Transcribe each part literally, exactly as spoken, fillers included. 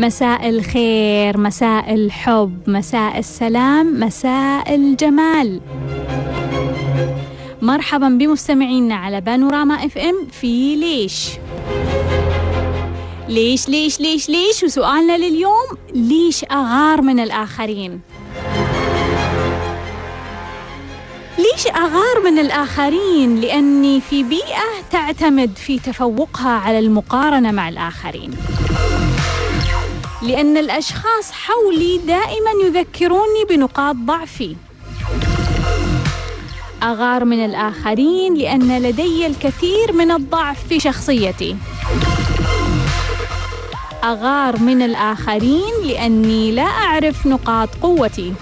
مساء الخير، مساء الحب، مساء السلام، مساء الجمال. مرحبا بمستمعينا على بانوراما اف ام في ليش ليش ليش ليش ليش وسؤالنا لليوم: ليش أغار من الآخرين؟ ليش أغار من الآخرين؟ لأني في بيئة تعتمد في تفوقها على المقارنة مع الآخرين، لأن الأشخاص حولي دائما يذكروني بنقاط ضعفي. أغار من الآخرين لأن لدي الكثير من الضعف في شخصيتي. أغار من الآخرين لأني لا أعرف نقاط قوتي.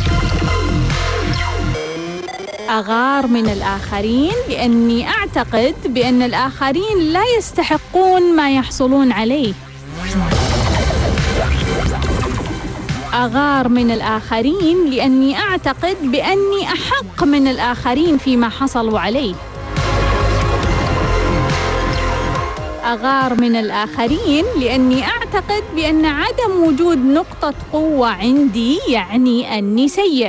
أغار من الآخرين لأني أعتقد بأن الآخرين لا يستحقون ما يحصلون عليه. أغار من الآخرين لأني أعتقد بأني أحق من الآخرين فيما حصلوا عليه. أغار من الآخرين لأني أعتقد بأن عدم وجود نقطة قوة عندي يعني أني سيء.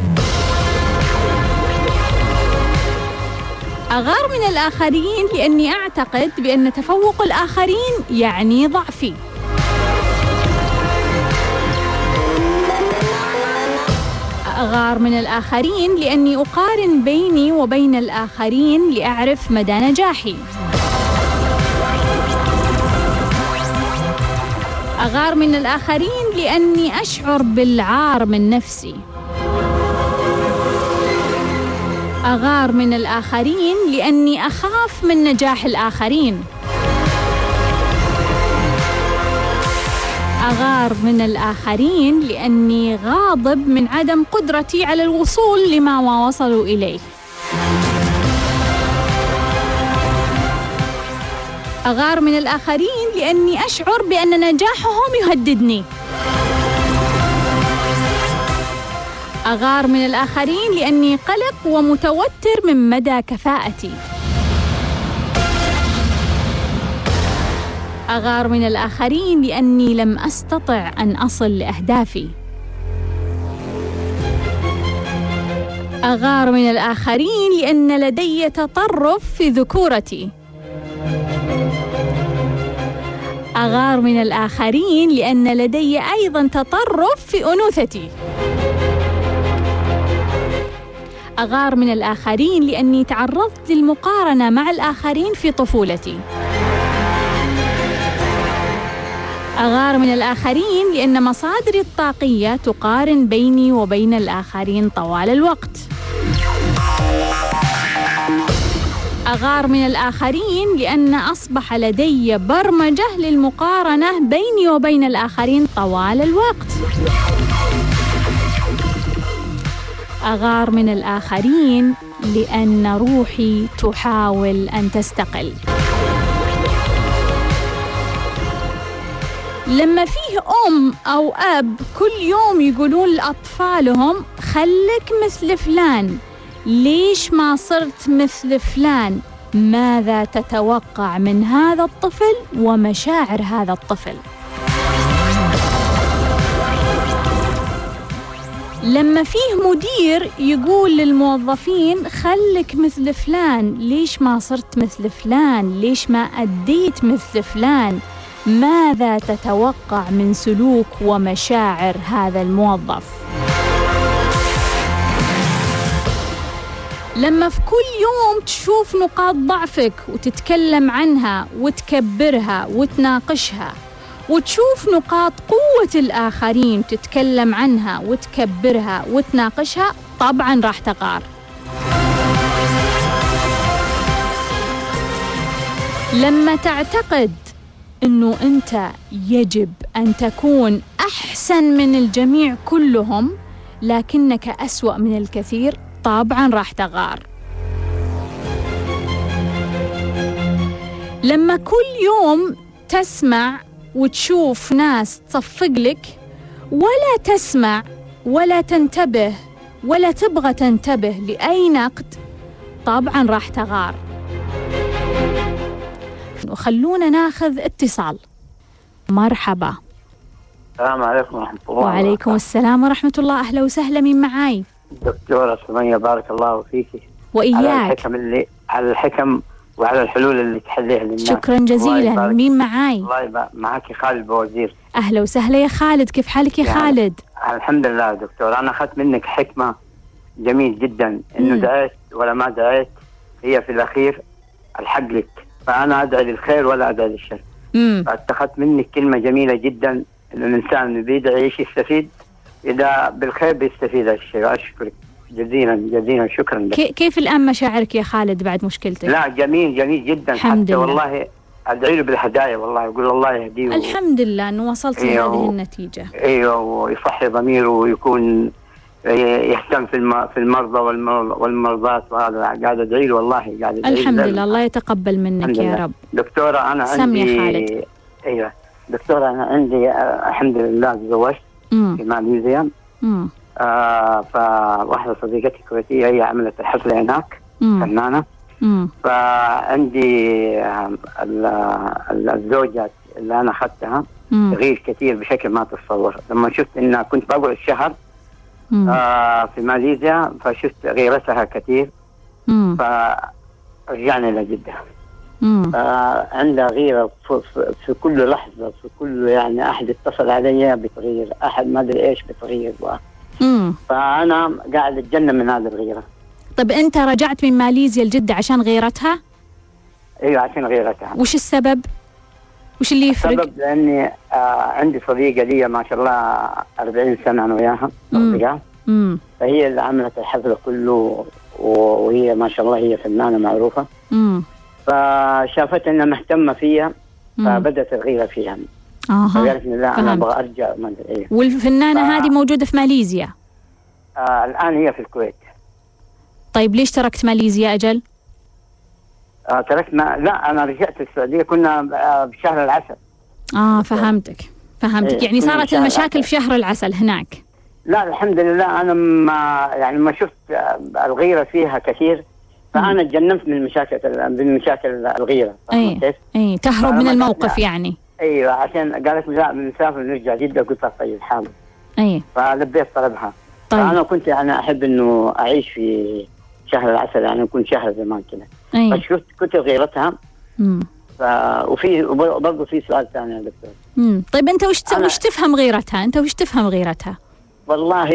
أغار من الآخرين لأني أعتقد بأن تفوق الآخرين يعني ضعفي. أغار من الآخرين لأني أقارن بيني وبين الآخرين لأعرف مدى نجاحي. أغار من الآخرين لأني أشعر بالعار من نفسي. أغار من الآخرين لأني أخاف من نجاح الآخرين. أغار من الآخرين لأني غاضب من عدم قدرتي على الوصول لما وصلوا إليه. أغار من الآخرين لأني أشعر بأن نجاحهم يهددني. أغار من الآخرين لأني قلق ومتوتر من مدى كفاءتي. أغار من الآخرين لأني لم أستطع أن أصل لأهدافي. أغار من الآخرين لأن لدي تطرف في ذكورتي. أغار من الآخرين لأن لدي أيضاً تطرف في أنوثتي. أغار من الآخرين لأني تعرضت للمقارنة مع الآخرين في طفولتي. أغار من الآخرين لأن مصادري الطاقية تقارن بيني وبين الآخرين طوال الوقت. أغار من الآخرين لأن أصبح لدي برمجة للمقارنة بيني وبين الآخرين طوال الوقت. أغار من الآخرين لأن روحي تحاول أن تستقل. لما فيه أم أو أب كل يوم يقولون لأطفالهم خلك مثل فلان، ليش ما صرت مثل فلان؟ ماذا تتوقع من هذا الطفل ومشاعر هذا الطفل؟ لما فيه مدير يقول للموظفين خلك مثل فلان، ليش ما صرت مثل فلان؟ ليش ما أديت مثل فلان؟ ماذا تتوقع من سلوك ومشاعر هذا الموظف؟ لما في كل يوم تشوف نقاط ضعفك وتتكلم عنها وتكبرها وتناقشها، وتشوف نقاط قوة الآخرين تتكلم عنها وتكبرها وتناقشها، طبعاً راح تغار. لما تعتقد أنه أنت يجب أن تكون أحسن من الجميع كلهم لكنك أسوأ من الكثير، طبعاً راح تغار. لما كل يوم تسمع وتشوف ناس تصفق لك ولا تسمع ولا تنتبه ولا تبغى تنتبه لأي نقد، طبعاً راح تغار. وخلونا ناخذ اتصال. مرحبا. السلام عليكم ورحمة الله. وعليكم السلام ورحمة الله. أهلا وسهلا، مين معاي؟ دكتورة سمية بارك الله فيكي وإياك. على الحكم اللي على الحكم وعلى الحلول اللي تحليها للناس. شكرا جزيلا. مين معاي؟ الله يبارك معك، خالد بوزير. أهلا وسهلا يا خالد، كيف حالك يا يعني خالد؟ الحمد لله دكتور. أنا أخذت منك حكمة جميل جدا، إنه دعيت ولا ما دعيت هي في الأخير الحق لك، فأنا أدعي للخير ولا أدعي للشر. فاتخذت منك كلمة جميلة جدا، إنه الإنسان بيدعي إيش يستفيد، إذا بالخير بيستفيد الشيء. أشكرك جزيلا جزيلا، شكرا لك. كيف الآن مشاعرك يا خالد بعد مشكلتك؟ لا جميل جميل جدا، الحمد لله. والله أدعي له بالهدايا، والله يقول الله يهديه. الحمد لله أنه وصلت إيه لهذه و... النتيجة. أيوه، ويصحي ضميره ويكون يهتم في الم... في المرضى والمر... والمرضات، وهذا قاعد أدعي له والله قاعد أدعي له. الحمد لله، الله يتقبل منك يا رب. دكتورة أنا عندي خالد. أيوه دكتورة، أنا عندي آه الحمد لله تزوجت في ماليزيا. آه فواحدة صديقتي كويتية هي عملت الحفلة هناك، فنانة. فعندي آه الزوجات اللي أنا أخذتها تغير كثير بشكل ما تتصور. لما شفت إن كنت بقعد الشهر آه في ماليزيا، فشفت غيرتها كثير، فرجعنا إلى جدة. فعندها غيرة في, في, في كل لحظة، في كل يعني أحد اتصل علي بتغير، أحد ما أدري إيش بتغير. فأنا قاعد أتجنن من هذه الغيرة. طيب أنت رجعت من ماليزيا لجدة عشان غيرتها؟ أيوة عشان غيرتها. وش السبب؟ وش اللي يفرق؟ السبب لأني آه عندي صديقة لي ما شاء الله أربعين سنة أنا وياها صديقة، فهي اللي عملت الحفلة كله، وهي ما شاء الله هي فنانة معروفة. مم. فشافت انها مهتمه فيها، فبدت الغيره فيها. اها فقالت لي لا انا ابغى ارجع ما ادري ايه. والفنانه ف... هذه موجوده في ماليزيا؟ آه الان هي في الكويت. طيب ليش تركت ماليزيا اجل؟ آه تركت ما... لا انا رجعت السعوديه، كنا آه بشهر العسل. اه فهمتك فهمتك إيه. يعني صارت المشاكل في شهر العسل هناك؟ لا الحمد لله، انا ما يعني ما شفت الغيره فيها كثير، فأنا تجنبت من المشاكل من مشاكل الغيرة. أي أي تهرب من الموقف يعني. أيوة عشان قالت لا بنسافر نرجع جدة، قلت لها طيب حاضر. أي فلبيت طلبها. طيب. فأنا كنت يعني أحب إنه أعيش في شهر العسل، يعني يكون شهر زمان كذا. فشفت كنت غيرتها. امم ف... وفي برضه في سؤال ثاني يا دكتور. امم طيب أنت وش أنا... وش تفهم غيرتها؟ أنت وش تفهم غيرتها؟ والله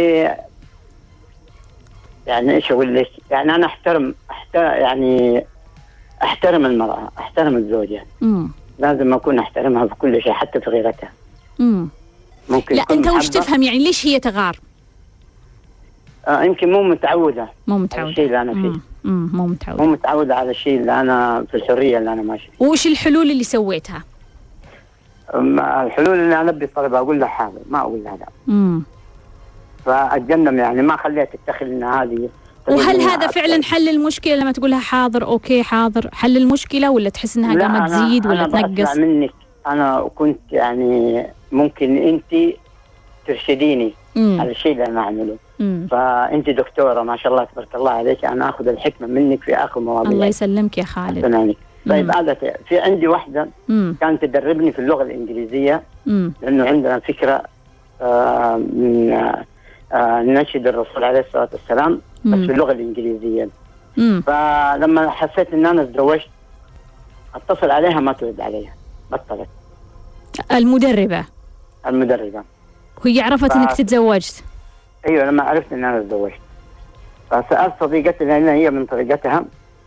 يعني ايش اقول لك، يعني انا احترم أحت... يعني احترم المرأة، احترم الزوجة. امم لازم اكون احترمها في كل شيء حتى في غيرتها. امم ممكن لا انت وش تفهم يعني ليش هي تغار؟ آه يمكن مو متعودة مو متعودة على الشيء اللي انا فيه. امم مو متعودة مو متعودة على الشيء اللي انا في الحرية اللي انا ماشي فيه. وش الحلول اللي سويتها؟ الحلول اللي انا ابي طلبها اقول لها حاضر، ما اقول لها لا. امم فاتجنب يعني ما خليها تتخذ ان هذه. وهل هذا فعلا حل المشكله لما تقول لها حاضر اوكي حاضر حل المشكله، ولا تحس انها قامت تزيد ولا أنا تنقص؟ أنا منك انا كنت يعني ممكن انت ترشديني مم. على الشيء اللي انا اعمله. مم. فانت دكتوره ما شاء الله تبارك الله عليك، انا اخذ الحكمه منك في اخر مواضيع. الله يسلمك يا خالد. سنانك. طيب هذا في عندي واحده مم. كانت تدربني في اللغه الانجليزيه. مم. لانه عندنا فكره آه من آه نشهد الرسول عليه الصلاة والسلام بس في اللغة الإنجليزية. مم. فلما حسيت إن أنا تزوجت اتصل عليها ما ترد عليها، بطلت. المدربة المدربة وهي عرفت ف... إنك تتزوجت؟ أيوة لما عرفت إن أنا تزوجت فسألت صديقتي لأن هي من طريقتها،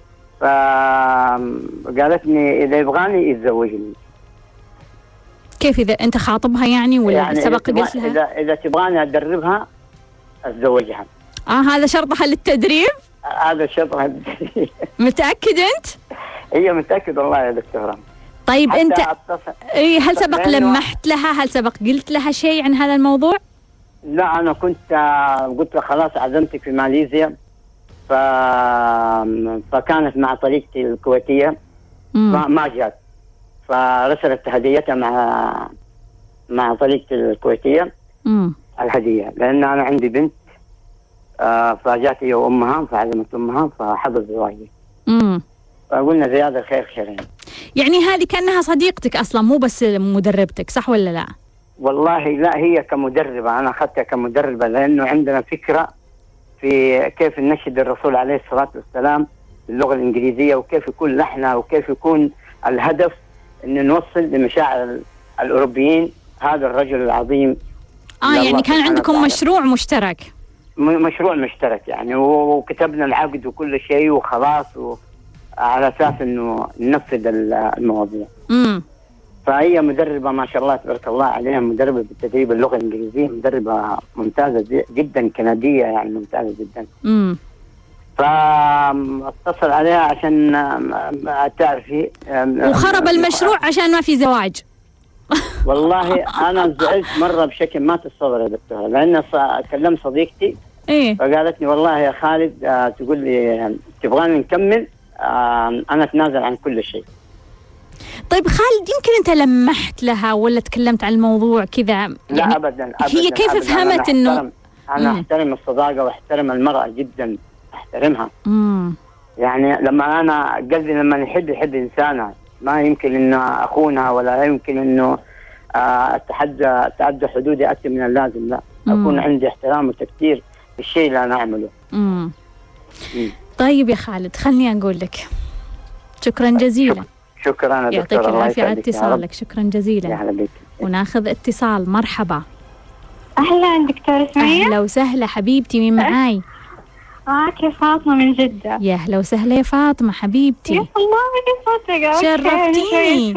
فقالتني إذا يبغاني يتزوجني. كيف إذا أنت خاطبها يعني ولا يعني سبق قلت لها؟ إذا إذا تبغاني أدربها أتزوجها. آه هذا شرطها للتدريب؟ هذا شرطها للتدريب. متأكد أنت؟ هي متأكد والله يا دكتورة. طيب أنت إيه هل سبق لمحت لها؟ هل سبق قلت لها شيء عن هذا الموضوع؟ لا أنا كنت قلت لها خلاص عزمتك في ماليزيا، ف... فكانت مع طريقتي الكويتية ما, ما جات، فرسلت هديتها مع مع طريقتي الكويتية. مم. الهدية لأن أنا عندي بنت آه فجات هي وأمها فعزمت أمها فحضر زواجي. امم فقلنا في هذا الخير خيرين. يعني هذه كأنها صديقتك أصلا مو بس مدربتك، صح ولا لا؟ والله لا، هي كمدربة، أنا أخذتها كمدربة، لأنه عندنا فكرة في كيف ننشد الرسول عليه الصلاة والسلام باللغة الإنجليزية، وكيف يكون لحنها، وكيف يكون الهدف أن نوصل لمشاعر الأوروبيين هذا الرجل العظيم. آه يعني كان عندكم تعالى. مشروع مشترك. مشروع مشترك يعني، وكتبنا العقد وكل شيء وخلاص، وعلى أساس أنه ننفذ المواضيع. امم فهي مدربة ما شاء الله تبارك الله عليها، مدربة بالتدريب اللغة الإنجليزية، مدربة ممتازة جدا، كندية يعني ممتازة جدا. امم فاتصل عليها عشان تعرفي. وخرب المشروع عشان ما في زواج. والله أنا زعلت مرة بشكل ما تتصور يا دكتورة، لأن كلمت صديقتي إيه؟ فقالت لي والله يا خالد آه تقول لي تبغاني نكمل، آه أنا أتنازل عن كل شيء. طيب خالد، يمكن أنت لمحت لها ولا تكلمت عن الموضوع كذا؟ يعني لا أبدا, أبداً هي كيف أبداً فهمت أنا إنه أنا مم. أحترم الصداقة وأحترم المرأة جدا، أحترمها. مم. يعني لما أنا قلبي لما يحب يحب إنسانة، ما يمكن إنه أخونها ولا يمكن إنه أتحدى أتعدى حدودي أكثر من اللازم، لا. مم. أكون عندي احترام وتقدير بالشيء اللي أنا أعمله. مم. مم. طيب يا خالد، خلني أقول لك شكرا جزيلا. شكرا يا يعطيك العافية على اتصالك، شكرا جزيلا. يا هلا بك. وناخذ اتصال. مرحبا. أهلا دكتور سمية. أهلا وسهلا حبيبتي، مين معاي؟ معك فاطمة من جدة. يا أهلا وسهلا يا فاطمة حبيبتي. يا الله يا صوتك، شرفتيني.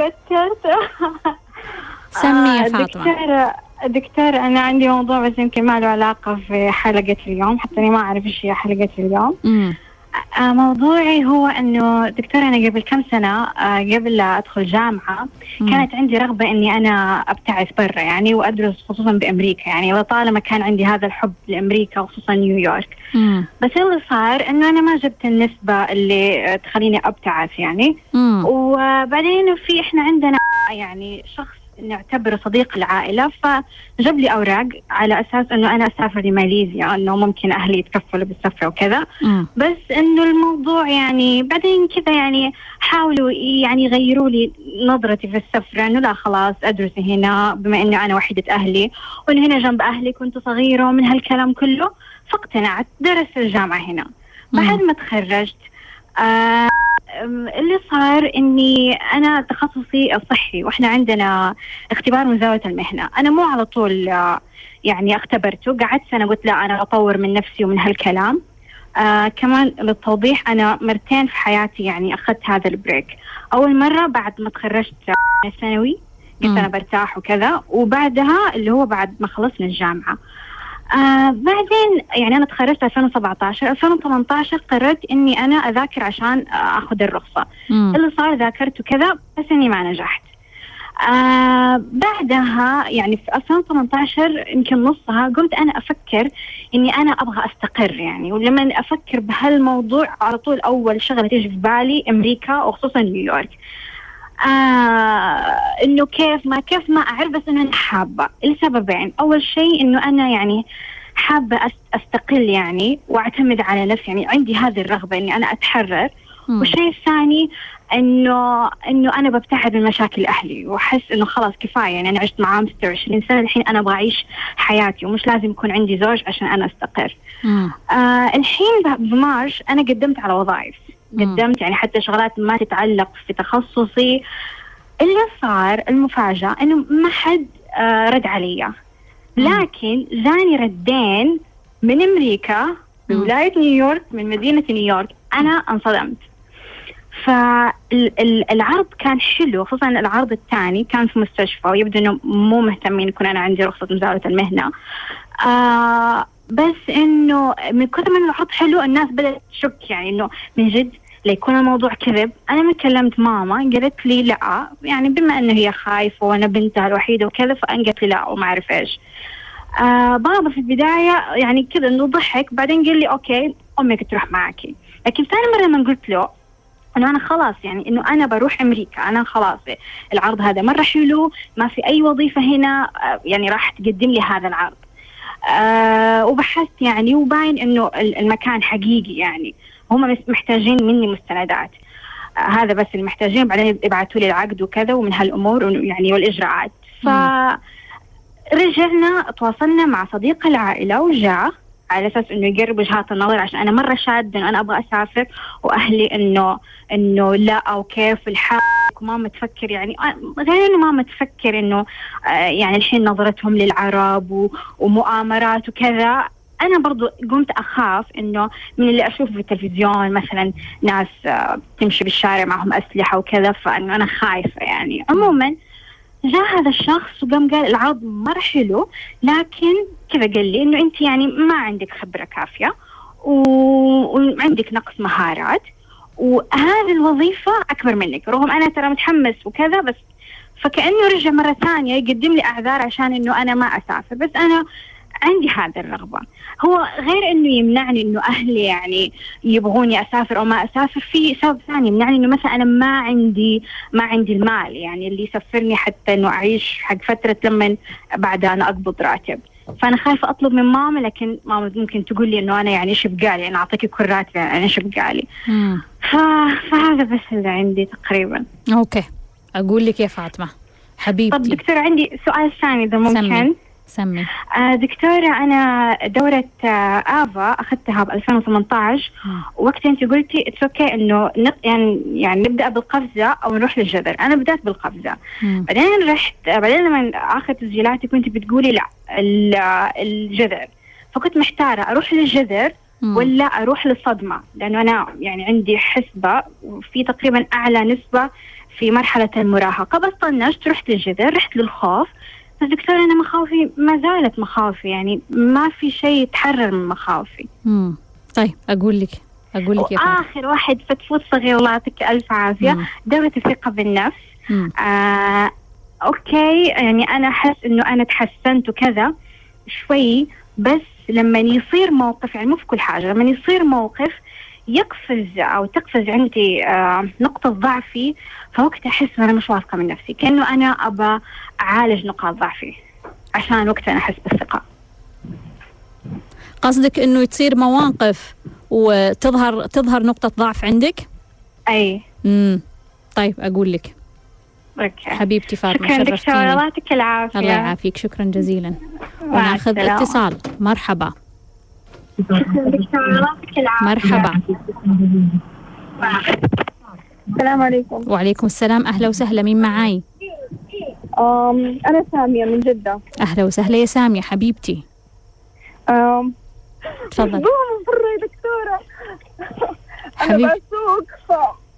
سمي يا فاطمة. دكتور دكتور أنا عندي موضوع بس يمكن ما له علاقة في حلقة اليوم، حتى أنا ما أعرف إيش هي حلقة اليوم. امم موضوعي هو أنه دكتور أنا قبل كم سنة قبل لا أدخل جامعة مم. كانت عندي رغبة أني أنا أبتعث برا يعني وأدرس خصوصا بأمريكا، يعني لطالما كان عندي هذا الحب لأمريكا وخصوصا نيويورك. مم. بس اللي صار أنه أنا ما جبت النسبة اللي تخليني أبتعث يعني. مم. وبعدين في إحنا عندنا يعني شخص نعتبره صديق العائلة، فجاب لي أوراق على أساس أنه أنا أسافر لماليزيا، أنه ممكن أهلي يتكفلوا بالسفرة وكذا. م. بس أنه الموضوع يعني بعدين كذا يعني حاولوا يعني يغيروا لي نظرتي في السفرة، أنه لا خلاص أدرسي هنا بما أنه أنا وحيدة أهلي، وأنه هنا جنب أهلي كنت صغيرة ومن هالكلام كله. فاقتنعت، درست الجامعة هنا. بعد ما تخرجت آه اللي صار اني انا تخصصي الصحي، واحنا عندنا اختبار مزاولة المهنة. انا مو على طول يعني اختبرته، قعدت سنة قلت لا انا اطور من نفسي ومن هالكلام. آه كمان للتوضيح انا مرتين في حياتي يعني اخذت هذا البريك. اول مرة بعد ما تخرجت من الثانوي قلت انا برتاح وكذا، وبعدها اللي هو بعد ما خلصنا الجامعة. آه بعدين يعني أنا تخرجت ألفين وسبعة عشر ألفين وثمانية عشر قررت إني أنا أذاكر عشان أخذ الرخصة. مم. اللي صار ذاكرت وكذا بس إني ما نجحت. آه بعدها يعني في ألفين وثمانية عشر يمكن نصها قمت أنا أفكر إني أنا أبغى أستقر يعني، ولما أفكر بهالموضوع على طول أول شغلة تيجي في بالي أمريكا وخصوصا نيويورك. آه إنه كيف ما كيف ما أعرف، بس إنه أنا حابة لسببين. أول شيء إنه أنا يعني حابة أستقل يعني وأعتمد على نفسي، يعني عندي هذه الرغبة إني أنا أتحرر. والشيء الثاني إنه إنه أنا ببتعد من مشاكل أهلي وأحس إنه خلاص كفاية، يعني أنا عشت معاهم ستة وعشرين سنة، الحين أنا أبغى أعيش حياتي ومش لازم يكون عندي زوج عشان أنا أستقر. آه الحين بمارش أنا قدمت على وظائف، قدمت يعني حتى شغلات ما تتعلق في تخصصي. اللي صار المفاجأة إنه ما حد آه رد عليا، لكن جاني ردين من أمريكا بولاية نيويورك من مدينة نيويورك. أنا انصدمت. فالعرض كان حلو، خصوصا العرض الثاني كان في مستشفى ويبدو إنه مو مهتمين يكون أنا عندي رخصة مزاولة المهنة. آه بس إنه من كثر من العرض حلو الناس بدأت تشك يعني إنه من جد ليكون الموضوع كذب. أنا ما كلمت ماما، قالت لي لا، يعني بما أنه هي خايفة وأنا بنتها الوحيدة وكذا فأنقلت لي لا وما أعرف إيش. آه بابا في البداية يعني كذا إنه ضحك، بعدين قال لي أوكي أمك تروح معك. لكن ثاني مرة لما قلت له إنه أنا خلاص يعني إنه أنا بروح أمريكا، أنا خلاص العرض هذا مرة حلو، ما في أي وظيفة هنا آه يعني راح تقدم لي هذا العرض. آه وبحثت يعني وباين إنه المكان حقيقي، يعني هم محتاجين مني مستندات. آه هذا بس اللي محتاجين، بعدين يبعثوا لي العقد وكذا ومن هالأمور يعني والإجراءات. ف رجعنا تواصلنا مع صديق العائلة وجاء على أساس إنه يقرب وجهات النظر، عشان أنا مرة شادة إنه أنا أبغى أسافر، وأهلي إنه إنه لا أو كيف الحال، وماما تفكر يعني غير إنه ماما تفكر إنه آه يعني الحين نظرتهم للعرب ومؤامرات وكذا. أنا برضو قمت أخاف إنه من اللي أشوفه في التلفزيون مثلا ناس آه تمشي بالشارع معهم أسلحة وكذا، فإنه أنا خايفة يعني. عموما جاء هذا الشخص وقام قال العرض مرة حلو، لكن كذا قال لي إنه أنت يعني ما عندك خبرة كافية وعندك نقص مهارات، وهذه الوظيفة أكبر منك، رغم أنا ترى متحمس وكذا، بس فكأنه رجع مرة ثانية يقدم لي أعذار عشان إنه أنا ما أسافر. بس أنا عندي هذه الرغبة، هو غير إنه يمنعني إنه أهلي يعني يبغوني أسافر أو ما أسافر، في سبب ثاني يمنعني إنه مثلا أنا ما عندي ما عندي المال يعني اللي يسفرني حتى إنه أعيش حق فترة لما بعد أنا أقبض راتب. فأنا خايفة أطلب من ماما، لكن ماما ممكن تقول لي إنه أنا يعني إيش بقالي، أنا أعطيكي كل راتب يعني إيش بقالي. ف... فهذا بس اللي عندي تقريبا. أوكي، أقول لك يا فاطمة حبيبتي. طب دكتورة عندي سؤال ثاني إذا ممكن. سمي. سمي. آه دكتورة، أنا دورة آه آفا أخذتها ب ألفين وثمانية عشر، وقتها أنت قلتي اتس اوكي إنه يعني يعني نبدأ بالقفزة أو نروح للجذر. أنا بدأت بالقفزة، بعدين رحت بعدين لما آخر تسجيلاتي كنت بتقولي لا الجذر، فكنت محتارة أروح للجذر ولا أروح للصدمة، لأنه أنا يعني عندي حسبة وفي تقريبا أعلى نسبة في مرحلة المراهقة، بس طنشت رحت للجذر، رحت للخوف. بس دكتور أنا مخاوفي ما زالت مخاوفي، يعني ما في شيء يتحرر من مخاوفي. امم طيب أقول لك أقول لك يا آخر واحد فتفوت صغير الله يعطيك ألف عافية، دورة الثقة بالنفس. آه أوكي يعني أنا أحس إنه أنا تحسنت وكذا شوي، بس لما يصير موقف يعني مو في كل حاجة، لما يصير موقف يقفز أو تقفز عندي آه نقطة ضعفي، فوقتها أحس أنا مش واثقة من نفسي، كأنه أنا أبى أعالج نقاط ضعفي عشان وقتها أنا أحس بالثقة. قصدك إنه تصير مواقف وتظهر تظهر نقطة ضعف عندك؟ أي. امم طيب أقول لك. أوكي. حبيبتي فاطمة شكرا دكتورة، الله يعطيك العافية. الله يعافيك، شكرا جزيلا. وناخذ اتصال. مرحبا. مرحبا. السلام عليكم. وعليكم السلام، أهلا وسهلا، مين معاي؟ أم أنا سامية من جدة. أهلا وسهلا يا سامية حبيبتي. أم تفضل. من برا يا دكتورة. أنا حبيب. بسوق ف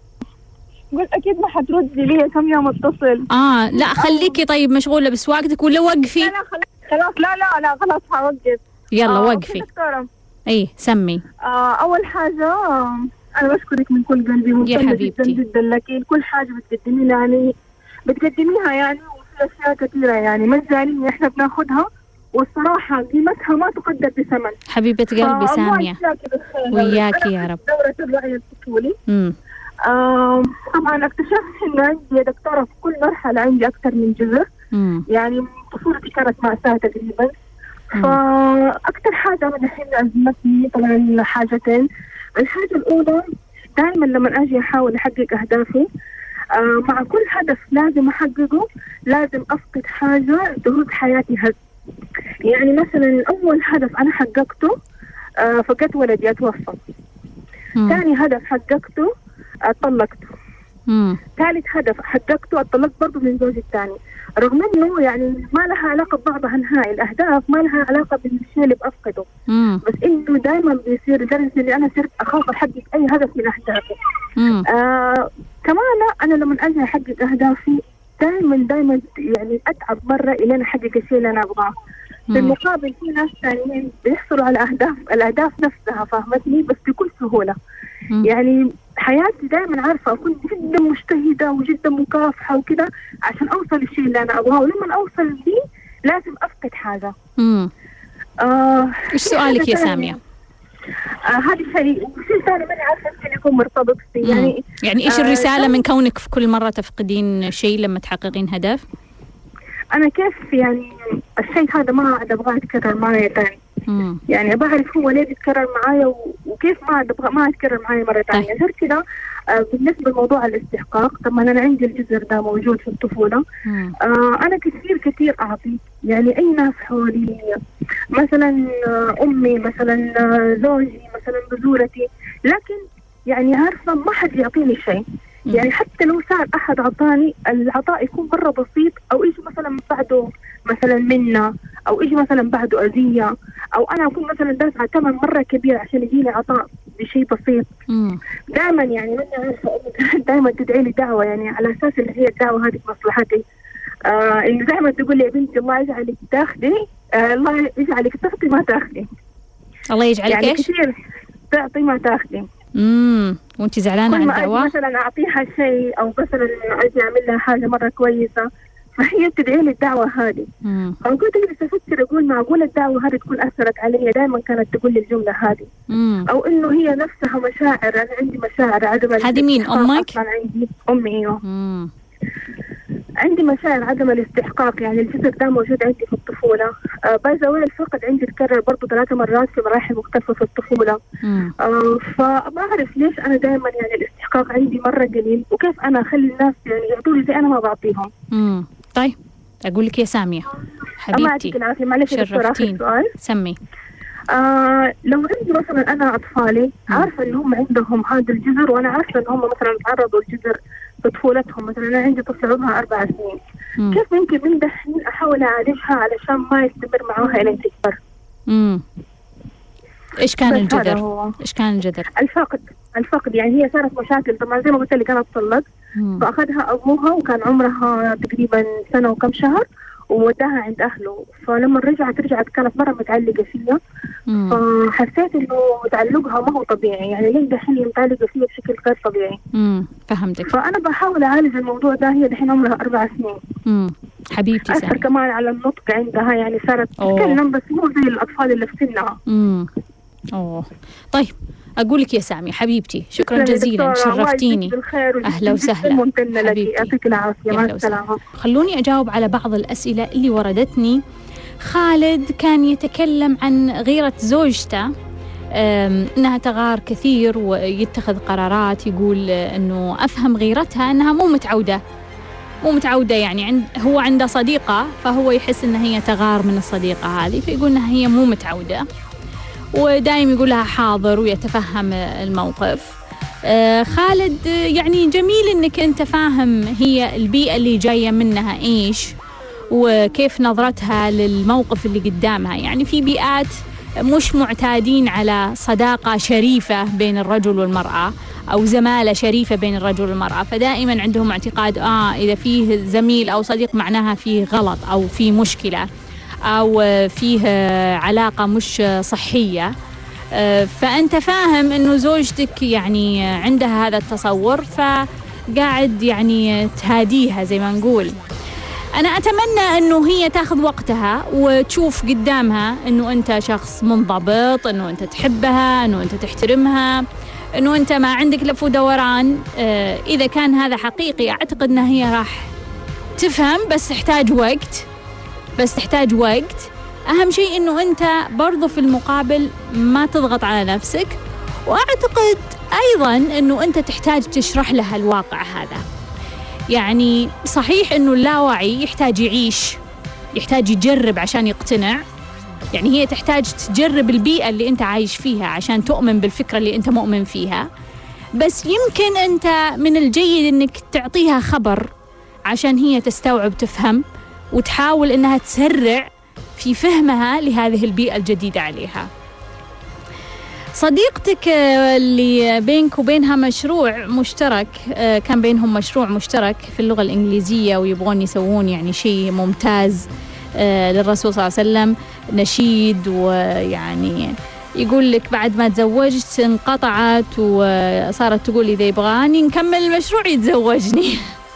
قلت أكيد ما حتردي لي كم يوم اتصل. آه لا خليكي طيب مشغولة بسواقتك ولا وقفي؟ لا لا خلاص لا لا لا خلاص حوقف. يلا آه وقفي. دكتورة. اي سمي. آه أول حاجة أنا بشكرك من كل قلبي، ممتنة جدا جدا لك كل حاجة بتقدميها يعني بتقدميها يعني وفي أشياء كثيرة يعني مجانية إحنا بناخدها، والصراحة قيمتها ما تقدر بثمن. حبيبة قلبي سامية وياكي يا رب. دورة الرعي الطفولي. امم آه طبعا اكتشفت إنه عندي يا دكتورة في كل مرحلة عندي أكثر من جذر. يعني طفولتي كانت مأساة تقريبا. فأكثر حاجة أنا الحين أزمتني طبعا حاجتين. الحاجة الأولى دائما لما أجي أحاول أحقق أهدافي آه مع كل هدف لازم أحققه لازم أفقد حاجة ترد حياتي هز. يعني مثلا أول هدف أنا حققته آه فقدت ولدي أتوفى. ثاني هدف حققته طلقته. ثالث هدف حققته اتطلقت برضه من زوجي الثاني، رغم انه يعني ما لها علاقه ببعضها نهائي، الاهداف ما لها علاقه بالشيء اللي بافقده. مم. بس انه دائما بيصير لدرجه اني انا صرت اخاف احقق اي هدف من اهدافي. آه كمان انا لما اجي احقق اهدافي دائما دائما يعني اتعب مره الين احقق الشيء اللي انا ابغاه. بالمقابل في ناس ثانيين بيحصلوا على اهداف الاهداف نفسها فاهمتني بس بكل سهوله. مم. يعني حياتي دائما عارفه اكون جدا مجتهده وجدا مكافحه وكذا عشان اوصل للشيء اللي انا ابغاه، ولما اوصل ليه لازم افقد حاجه. امم آه ايش سؤالك يا ساميه؟ آه هذا شيء وشيء ثاني ماني عارفه ايش يكون مرتبط فيه. يعني يعني ايش الرساله آه من كونك في كل مره تفقدين شيء لما تحققين هدف؟ انا كيف يعني الشيء هذا ما عاد ابغاه يتكرر معي ثاني. مم. يعني بعرف هو ليه بيتكرر معايا وكيف ما ابغى ما يتكرر معايا مره ثانيه. غير كذا آه بالنسبة لموضوع الاستحقاق، طبعا أنا عندي الجزر ده موجود في الطفولة. آه أنا كثير كثير أعطي، يعني أي ناس حولي، مثلا آه أمي، مثلا آه زوجي، مثلا بزورتي، لكن يعني عارفة ما حد يعطيني شيء. يعني حتى لو سأل أحد عطاني، العطاء يكون مرة بسيط، أو إيش مثلا بعده مثلا منة، أو إيش مثلا بعده أذية، أو أنا أكون مثلا دافعة ثمن مرة كبير عشان يجيني عطاء بشيء بسيط. دائما يعني من عارفة دائما تدعي لي دعوة، يعني على أساس إن هي الدعوة هذه مصلحتي. آه إنه دائما تقول لي يا بنتي الله يجعلك تاخذي، آه الله يجعلك تعطي ما تاخذي. الله يجعلك يعني إيش؟ كثير تعطي ما تاخذي. امم وانت زعلانه عن الدعوه؟ مثلا اعطيها شيء، او مثلا اجي اعمل لها حاجه مره كويسه، فهي تدعي لي الدعوه هذه. فكنت اجلس افكر اقول معقول الدعوه هذه تكون اثرت علي. دائما كانت تقول لي الجمله هذه. مم. او انه هي نفسها مشاعر، انا عندي مشاعر عدم. هذه مين، امك؟ اصلا عندي امي. ايوه عندي مشاعر عدم الاستحقاق، يعني الجزر ده موجود عندي في الطفولة. آه بايزاوي الفقد عندي تكرر برضو ثلاث مرات في مراحل مختلفة في الطفولة. آه فبعرف ليش أنا دائما يعني الاستحقاق عندي مرة قليل، وكيف أنا أخلي الناس يعني يعطوا لي زي أنا ما بعطيهم. امم طيب أقول لك يا سامية حبيبتي، شرفتيني، سمي. آه لو عندي مثلا أنا أطفالي عارفة إن هم عندهم هذا الجزر، وأنا عارفة إن هم مثلا تعرضوا الجزر في طفولتهم. مثلا أنا عندي طفلة عمرها أربع سنين، مم. كيف ممكن من دحين أحاول أعالجها علشان ما يستمر معاها إلى تكبر؟ امم إيش كان الجذر؟ إيش كان الجذر؟ الفقد. الفقد يعني هي صارت مشاكل. طبعا زي ما قلت لك أنا اتطلقت، فأخذها أبوها وكان عمرها تقريبا سنة وكم شهر، ووداها عند أهله. فلما رجعت رجعت كانت مرة متعلقة فيها، فحسيت إنه تعلقها ما هو طبيعي، يعني لين دحين متعلقة فيها بشكل غير طبيعي. امم فهمتك. فأنا بحاول أعالج الموضوع ده. هي دحين عمرها أربع سنين. امم حبيبتي أثر كمان على النطق عندها، يعني صارت تتكلم بس مو زي الأطفال اللي في سنها. امم أوه طيب أقول لك يا سامي حبيبتي شكرا جزيلا، شرفتيني. أهلا وسهلا حبيبتي، يعطيك العافية، مع السلامة. خلوني أجاوب على بعض الأسئلة اللي وردتني. خالد كان يتكلم عن غيرة زوجته، أنها تغار كثير ويتخذ قرارات. يقول أنه أفهم غيرتها أنها مو متعودة مو متعودة يعني عند هو عنده صديقة، فهو يحس أنها هي تغار من الصديقة هذه، فيقول أنها هي مو متعودة، ودائم يقول لها حاضر ويتفهم الموقف. آه خالد يعني جميل أنك أنت فاهم هي البيئة اللي جاية منها إيش، وكيف نظرتها للموقف اللي قدامها. يعني في بيئات مش معتادين على صداقة شريفة بين الرجل والمرأة، أو زمالة شريفة بين الرجل والمرأة، فدائما عندهم اعتقاد آه إذا فيه زميل أو صديق معناها فيه غلط أو فيه مشكلة أو فيه علاقة مش صحية. فأنت فاهم أنه زوجتك يعني عندها هذا التصور، فقاعد يعني تهاديها زي ما نقول. أنا أتمنى أنه هي تاخذ وقتها وتشوف قدامها أنه أنت شخص منضبط، أنه أنت تحبها، أنه أنت تحترمها، أنه أنت ما عندك لف ودوران. إذا كان هذا حقيقي أعتقد أنها هي راح تفهم، بس تحتاج وقت بس تحتاج وقت أهم شيء أنه أنت برضو في المقابل ما تضغط على نفسك. وأعتقد أيضا أنه أنت تحتاج تشرح لها الواقع هذا. يعني صحيح أنه اللاوعي يحتاج يعيش، يحتاج يجرب عشان يقتنع. يعني هي تحتاج تجرب البيئة اللي أنت عايش فيها عشان تؤمن بالفكرة اللي أنت مؤمن فيها. بس يمكن أنت من الجيد أنك تعطيها خبر عشان هي تستوعب، تفهم، وتحاول أنها تسرع في فهمها لهذه البيئة الجديدة عليها. صديقتك اللي بينك وبينها مشروع مشترك، كان بينهم مشروع مشترك في اللغة الإنجليزية ويبغون يسوون يعني شيء ممتاز للرسول صلى الله عليه وسلم، نشيد، ويعني يقول لك بعد ما تزوجت انقطعت وصارت تقول إذا يبغاني نكمل المشروع يتزوجني.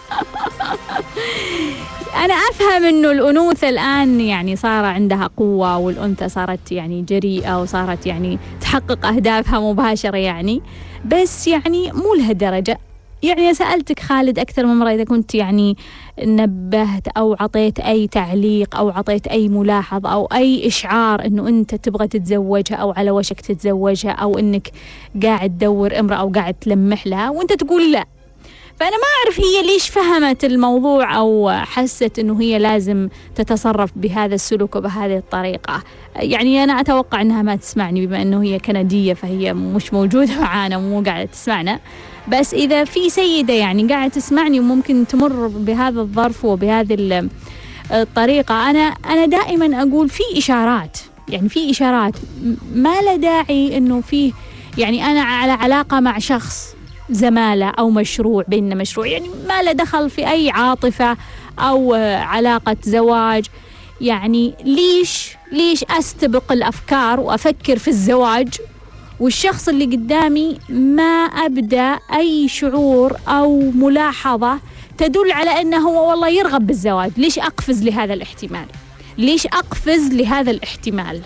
أنا أفهم إنه الأنوثة الآن يعني صار عندها قوة، والأنثى صارت يعني جريئة وصارت يعني تحقق أهدافها مباشرة يعني، بس يعني مو لهالدرجة. يعني سألتك خالد أكثر من مرة إذا كنت يعني نبهت أو عطيت أي تعليق أو عطيت أي ملاحظة أو أي إشعار إنه أنت تبغى تتزوجها أو على وشك تتزوجها أو إنك قاعد تدور امرأة أو قاعد تلمح لها وأنت تقول لا. فأنا ما أعرف هي ليش فهمت الموضوع أو حست إنه هي لازم تتصرف بهذا السلوك وبهذه الطريقة. يعني أنا أتوقع إنها ما تسمعني بما إنه هي كندية فهي مش موجودة معانا ومو قاعدة تسمعنا. بس إذا في سيدة يعني قاعدة تسمعني وممكن تمر بهذا الظرف وبهذه الطريقة، أنا أنا دائما أقول في إشارات، يعني في إشارات ما لا داعي إنه فيه، يعني أنا على علاقة مع شخص زمالة أو مشروع بيننا مشروع، يعني ما له دخل في أي عاطفة أو علاقة زواج. يعني ليش ليش أستبق الأفكار وأفكر في الزواج والشخص اللي قدامي ما أبدأ أي شعور أو ملاحظة تدل على أنه هو والله يرغب بالزواج؟ ليش أقفز لهذا الاحتمال؟ ليش أقفز لهذا الاحتمال؟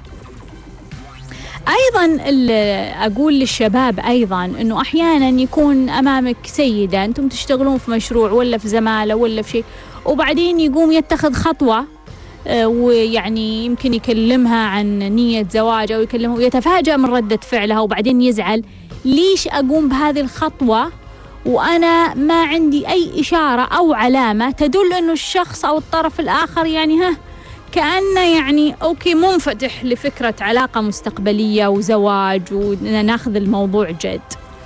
أيضا أقول للشباب أيضا أنه أحيانا يكون أمامك سيدة أنتم تشتغلون في مشروع ولا في زمالة ولا في شيء، وبعدين يقوم يتخذ خطوة ويعني يمكن يكلمها عن نية زواج أو يكلمها ويتفاجأ من ردة فعلها وبعدين يزعل. ليش أقوم بهذه الخطوة وأنا ما عندي أي إشارة أو علامة تدل أنه الشخص أو الطرف الآخر يعني ها كأنه يعني أوكي منفتح لفكرة علاقة مستقبلية وزواج وناخذ الموضوع جد؟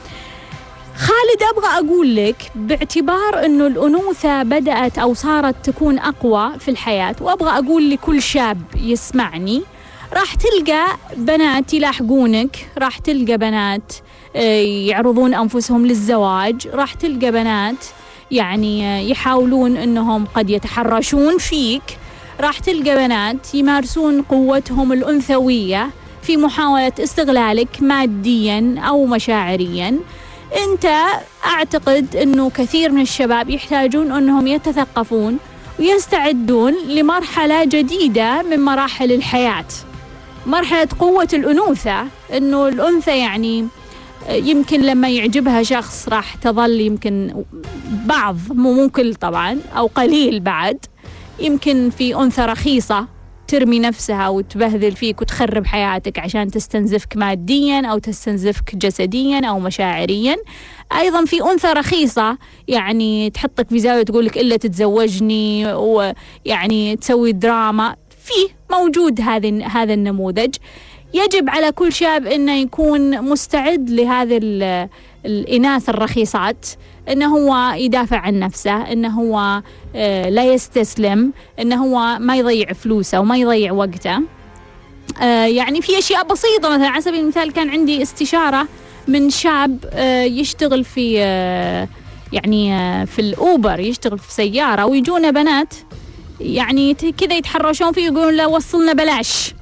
خالد أبغى أقول لك باعتبار أنه الأنوثة بدأت أو صارت تكون أقوى في الحياة، وأبغى أقول لكل شاب يسمعني راح تلقى بنات يلاحقونك، راح تلقى بنات يعرضون أنفسهم للزواج، راح تلقى بنات يعني يحاولون أنهم قد يتحرشون فيك، راح تلقى بنات يمارسون قوتهم الأنثوية في محاولة استغلالك ماديا أو مشاعريا. أنت أعتقد أنه كثير من الشباب يحتاجون أنهم يتثقفون ويستعدون لمرحلة جديدة من مراحل الحياة، مرحلة قوة الأنوثة. أنه الأنثى يعني يمكن لما يعجبها شخص راح تظل يمكن بعض، مو كل طبعا أو قليل بعد، يمكن في أنثى رخيصة ترمي نفسها وتبهذل فيك وتخرب حياتك عشان تستنزفك ماديا أو تستنزفك جسديا أو مشاعريا. أيضا في أنثى رخيصة يعني تحطك في زاوية تقولك إلا تتزوجني ويعني تسوي دراما. فيه موجود هذا هذا النموذج. يجب على كل شاب أنه يكون مستعد لهذه الإناث الرخيصات، أنه هو يدافع عن نفسه، أنه هو لا يستسلم، أنه هو ما يضيع فلوسه وما يضيع وقته. يعني في أشياء بسيطة، مثلا على سبيل المثال كان عندي استشارة من شاب يشتغل في يعني في الأوبر، يشتغل في سيارة، ويجونا بنات يعني كذا يتحرشون فيه يقولون لا وصلنا بلاش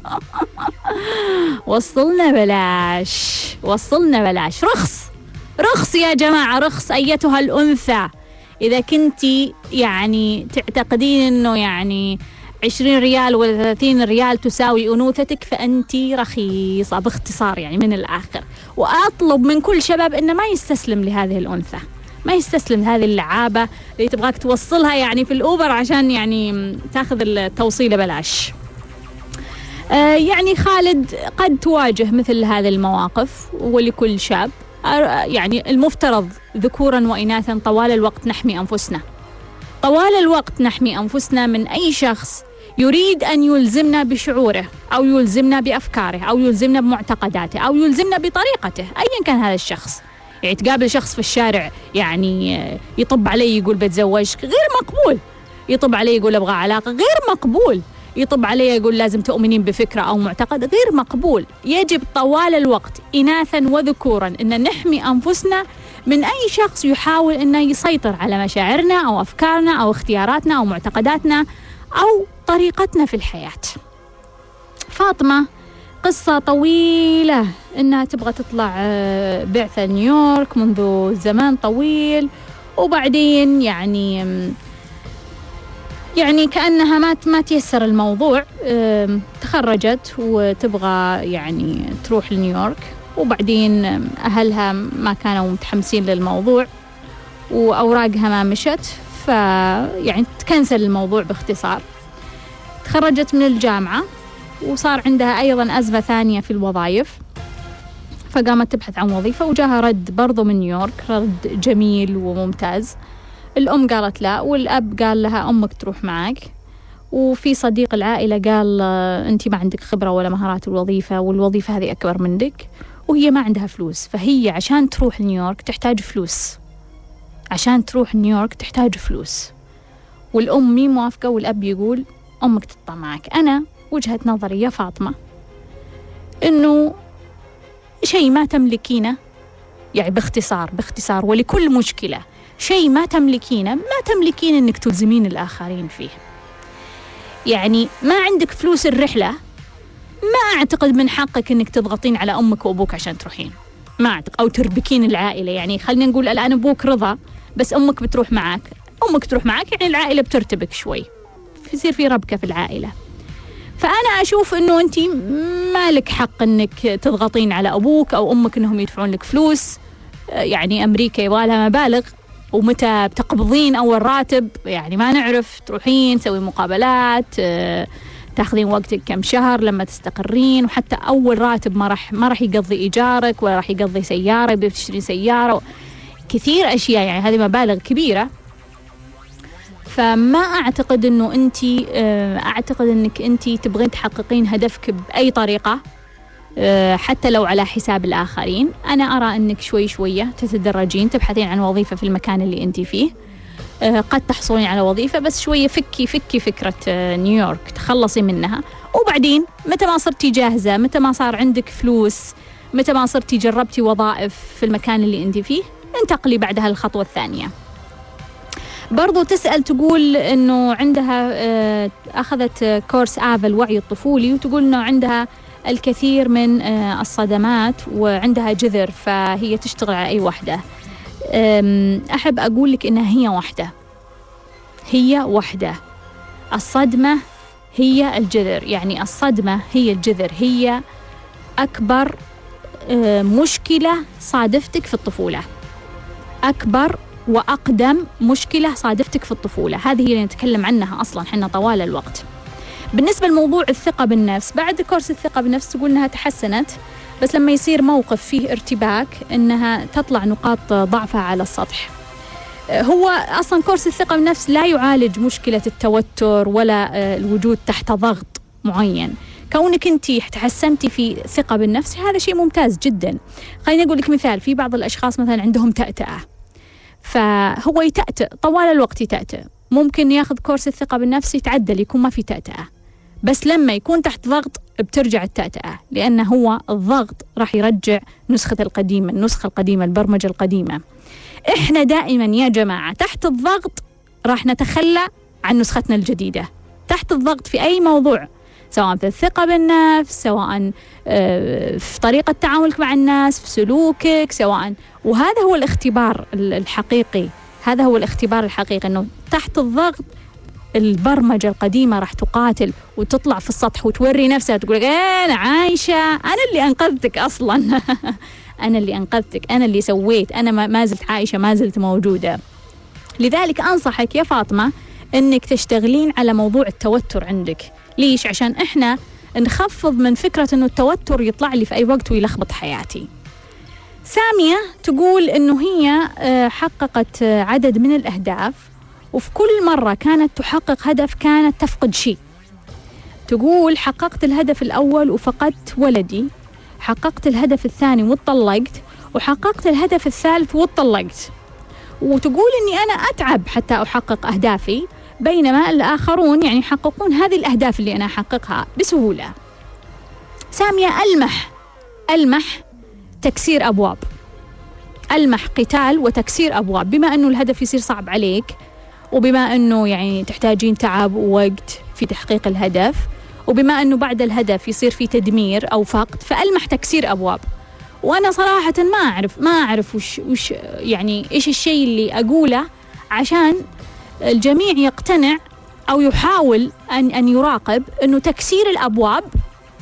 وصلنا بلاش وصلنا بلاش رخص رخص يا جماعة، رخص أيتها الأنثى. إذا كنتي يعني تعتقدين أنه يعني عشرين ريال ولا ثلاثين ريال تساوي أنوثتك فأنتي رخيصة باختصار، يعني من الآخر. وأطلب من كل شباب أنه ما يستسلم لهذه الأنثى، ما يستسلم لهذه اللعابة اللي تبغاك توصلها يعني في الأوبر عشان يعني تاخذ التوصيلة بلاش. آه يعني خالد قد تواجه مثل هذه المواقف، ولكل شاب يعني المفترض ذكورا وإناثا طوال الوقت نحمي أنفسنا، طوال الوقت نحمي أنفسنا من أي شخص يريد أن يلزمنا بشعوره أو يلزمنا بأفكاره أو يلزمنا بمعتقداته أو يلزمنا بطريقته أيا كان هذا الشخص. يعني تقابل شخص في الشارع يعني يطب علي يقول بتزوجك، غير مقبول. يطب علي يقول أبغى علاقة، غير مقبول. يطب علي يقول لازم تؤمنين بفكرة أو معتقد، غير مقبول. يجب طوال الوقت إناثا وذكورا أن نحمي أنفسنا من أي شخص يحاول أنه يسيطر على مشاعرنا أو أفكارنا أو اختياراتنا أو معتقداتنا أو طريقتنا في الحياة. فاطمة قصة طويلة، إنها تبغى تطلع بعثة نيويورك منذ زمان طويل، وبعدين يعني يعني كأنها ما ما تيسر الموضوع، تخرجت وتبغى يعني تروح لنيويورك، وبعدين أهلها ما كانوا متحمسين للموضوع، وأوراقها ما مشت، فيعني تكنسل الموضوع باختصار. تخرجت من الجامعة وصار عندها أيضا أزمة ثانية في الوظائف، فقامت تبحث عن وظيفة وجاها رد برضو من نيويورك، رد جميل وممتاز. الأم قالت لا، والأب قال لها أمك تروح معك، وفي صديق العائلة قال أنت ما عندك خبرة ولا مهارات الوظيفة، والوظيفة هذه أكبر منك، وهي ما عندها فلوس. فهي عشان تروح نيويورك تحتاج فلوس، عشان تروح نيويورك تحتاج فلوس. والأم مي موافقة، والأب يقول أمك تطلع معك. أنا وجهة نظري يا فاطمة إنه شيء ما تملكينه، يعني باختصار باختصار ولكل مشكلة شيء ما تملكينه ما تملكين إنك تلزمين الآخرين فيه. يعني ما عندك فلوس الرحلة، ما أعتقد من حقك إنك تضغطين على أمك وأبوك عشان تروحين، ما أعتقد، أو تربكين العائلة. يعني خلينا نقول الآن أبوك رضا بس أمك بتروح معك، أمك تروح معك، يعني العائلة بترتبك شوي، يصير في ربكة في العائلة. فأنا أشوف إنه أنت ما لك حق إنك تضغطين على أبوك أو أمك إنهم يدفعون لك فلوس. يعني أمريكا يبغى لها مبالغ، ومتى بتقبضين أول راتب يعني ما نعرف، تروحين تسوي مقابلات، تاخذين وقتك كم شهر لما تستقرين، وحتى أول راتب ما راح ما راح يقضي إيجارك ولا راح يقضي سيارة، بتشتري سيارة، كثير أشياء، يعني هذه مبالغ كبيرة. فما أعتقد إنه أنت أعتقد إنك أنت تبغين تحققين هدفك بأي طريقة حتى لو على حساب الآخرين. أنا أرى أنك شوي شوية تتدرجين، تبحثين عن وظيفة في المكان اللي أنت فيه، قد تحصلين على وظيفة، بس شوية فكي فكي فكرة نيويورك، تخلصي منها، وبعدين متى ما صرتي جاهزة، متى ما صار عندك فلوس، متى ما صرتي جربتي وظائف في المكان اللي أنت فيه، انتقلي بعدها الخطوة الثانية. برضو تسأل تقول إنه عندها أخذت كورس آفا الوعي الطفولي، وتقول إنه عندها الكثير من الصدمات وعندها جذر، فهي تشتغل على أي واحدة. أحب أقول لك إنها هي واحدة، هي واحدة. الصدمة هي الجذر، يعني الصدمة هي الجذر، هي أكبر مشكلة صادفتك في الطفولة، أكبر وأقدم مشكلة صادفتك في الطفولة. هذه هي اللي نتكلم عنها أصلاً حنا طوال الوقت. بالنسبة لموضوع الثقة بالنفس، بعد كورس الثقة بالنفس تقول إنها تحسنت، بس لما يصير موقف فيه ارتباك إنها تطلع نقاط ضعفها على السطح. هو أصلاً كورس الثقة بالنفس لا يعالج مشكلة التوتر ولا الوجود تحت ضغط معين. كونك أنت تحسنتي في ثقة بالنفس هذا شيء ممتاز جداً. خليني أقول لك مثال، في بعض الأشخاص مثلاً عندهم تأتأة، فهو يتأتأ طوال الوقت، يتأتأ، ممكن ياخذ كورس الثقة بالنفس يتعدل يكون ما في تأتأة، بس لما يكون تحت ضغط بترجع التأتأة، لأن هو الضغط راح يرجع نسخة القديمة، النسخة القديمة، البرمجة القديمة. إحنا دائما يا جماعة تحت الضغط راح نتخلى عن نسختنا الجديدة، تحت الضغط في أي موضوع، سواء في الثقة بالنفس، سواء في طريقة تعاملك مع الناس، في سلوكك، سواء. وهذا هو الاختبار الحقيقي، هذا هو الاختبار الحقيقي، أنه تحت الضغط البرمجة القديمة راح تقاتل وتطلع في السطح وتوري نفسها، تقول أنا عايشة، أنا اللي أنقذتك أصلا أنا اللي أنقذتك، أنا اللي سويت، أنا ما زلت عايشة، ما زلت موجودة. لذلك أنصحك يا فاطمة أنك تشتغلين على موضوع التوتر عندك. ليش؟ عشان إحنا نخفض من فكرة أنه التوتر يطلع لي في أي وقت ويلخبط حياتي. سامية تقول أنه هي حققت عدد من الأهداف، وفي كل مرة كانت تحقق هدف كانت تفقد شيء. تقول حققت الهدف الأول وفقدت ولدي، حققت الهدف الثاني واتطلقت، وحققت الهدف الثالث واتطلقت. وتقول أني أنا أتعب حتى أحقق أهدافي، بينما الآخرون يعني يحققون هذه الأهداف اللي أنا أحققها بسهولة. سامية ألمح ألمح تكسير أبواب، ألمح قتال وتكسير أبواب، بما أنه الهدف يصير صعب عليك، وبما أنه يعني تحتاجين تعب ووقت في تحقيق الهدف، وبما أنه بعد الهدف يصير في تدمير أو فقد، فألمح تكسير أبواب. وأنا صراحة ما أعرف ما أعرف وش, وش يعني إيش الشيء اللي أقوله عشان الجميع يقتنع أو يحاول أن أن يراقب أنه تكسير الأبواب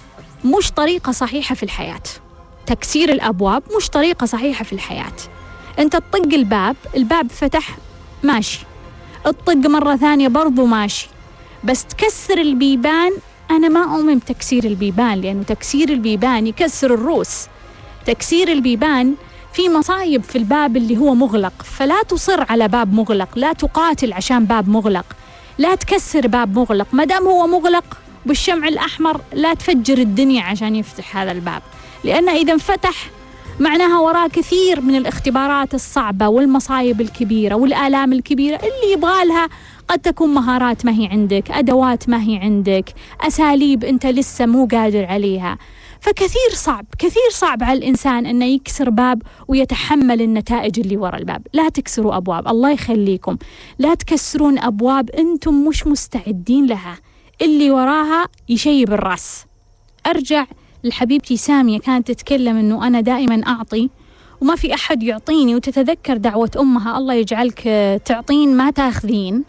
مش طريقة صحيحة في الحياة. تكسير الأبواب مش طريقة صحيحة في الحياة. أنت تطق الباب، الباب فتح ماشي، الطق مرة ثانية برضو ماشي، بس تكسر البيبان أنا ما أؤمن بتكسير البيبان، لأنه تكسير البيبان يكسر الروس. تكسير البيبان في مصايب في الباب اللي هو مغلق، فلا تصر على باب مغلق، لا تقاتل عشان باب مغلق، لا تكسر باب مغلق، ما دام هو مغلق بالشمع الأحمر لا تفجر الدنيا عشان يفتح هذا الباب، لأن إذا انفتح معناها وراه كثير من الاختبارات الصعبة والمصايب الكبيرة والآلام الكبيرة اللي يبغالها قد تكون مهارات ما هي عندك، أدوات ما هي عندك، أساليب أنت لسه مو قادر عليها. فكثير صعب كثير صعب على الإنسان أنه يكسر باب ويتحمل النتائج اللي وراء الباب. لا تكسروا أبواب، الله يخليكم، لا تكسرون أبواب أنتم مش مستعدين لها، اللي وراها يشيب الرأس. أرجع لحبيبتي سامية كانت تتكلم أنه أنا دائما أعطي وما في أحد يعطيني، وتتذكر دعوة أمها الله يجعلك تعطين ما تاخذين.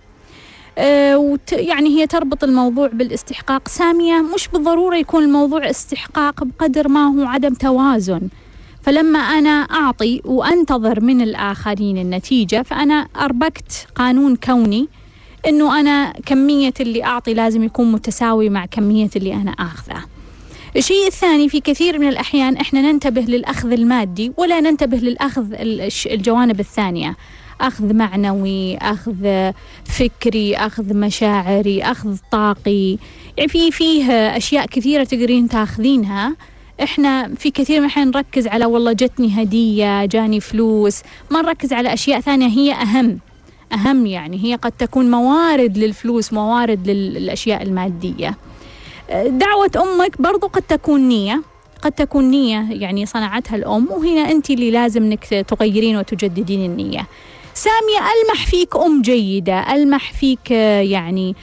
أه وت يعني هي تربط الموضوع بالاستحقاق. سامية مش بالضرورة يكون الموضوع استحقاق بقدر ما هو عدم توازن. فلما أنا أعطي وأنتظر من الآخرين النتيجة، فأنا أربكت قانون كوني أنه أنا كمية اللي أعطي لازم يكون متساوي مع كمية اللي أنا أخذه. الشيء الثاني، في كثير من الأحيان إحنا ننتبه للأخذ المادي ولا ننتبه للأخذ الجوانب الثانية، أخذ معنوي، أخذ فكري، أخذ مشاعري، أخذ طاقي. يعني في فيه أشياء كثيرة تقدرين تاخذينها. إحنا في كثير من الأحيان نركز على والله جتني هدية، جاني فلوس، ما نركز على أشياء ثانية هي أهم أهم يعني هي قد تكون موارد للفلوس، موارد للأشياء المادية. دعوة أمك برضو قد تكون نية، قد تكون نية يعني صنعتها الأم، وهنا أنت اللي لازم إنك تغيرين وتجددين النية. سامية ألمح فيك أم جيدة، ألمح فيك يعني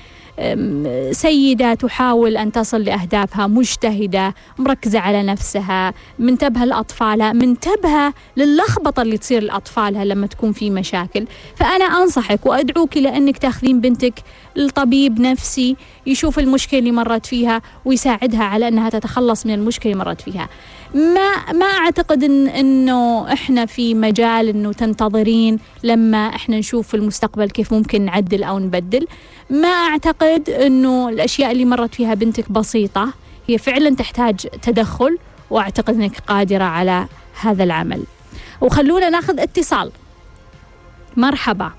سيدة تحاول أن تصل لأهدافها، مجتهدة، مركزة على نفسها، منتبهة لأطفالها، منتبهة للخبطة اللي تصير لأطفالها لما تكون في مشاكل. فأنا أنصحك وأدعوك لأنك تأخذين بنتك لطبيب نفسي يشوف المشكلة اللي مرت فيها ويساعدها على أنها تتخلص من المشكلة اللي مرت فيها. ما ما أعتقد إن إنه إحنا في مجال إنه تنتظرين لما إحنا نشوف في المستقبل كيف ممكن نعدل أو نبدل. ما أعتقد إنه الأشياء اللي مرت فيها بنتك بسيطة، هي فعلا تحتاج تدخل، وأعتقد إنك قادرة على هذا العمل. وخلونا ناخذ اتصال. مرحبا.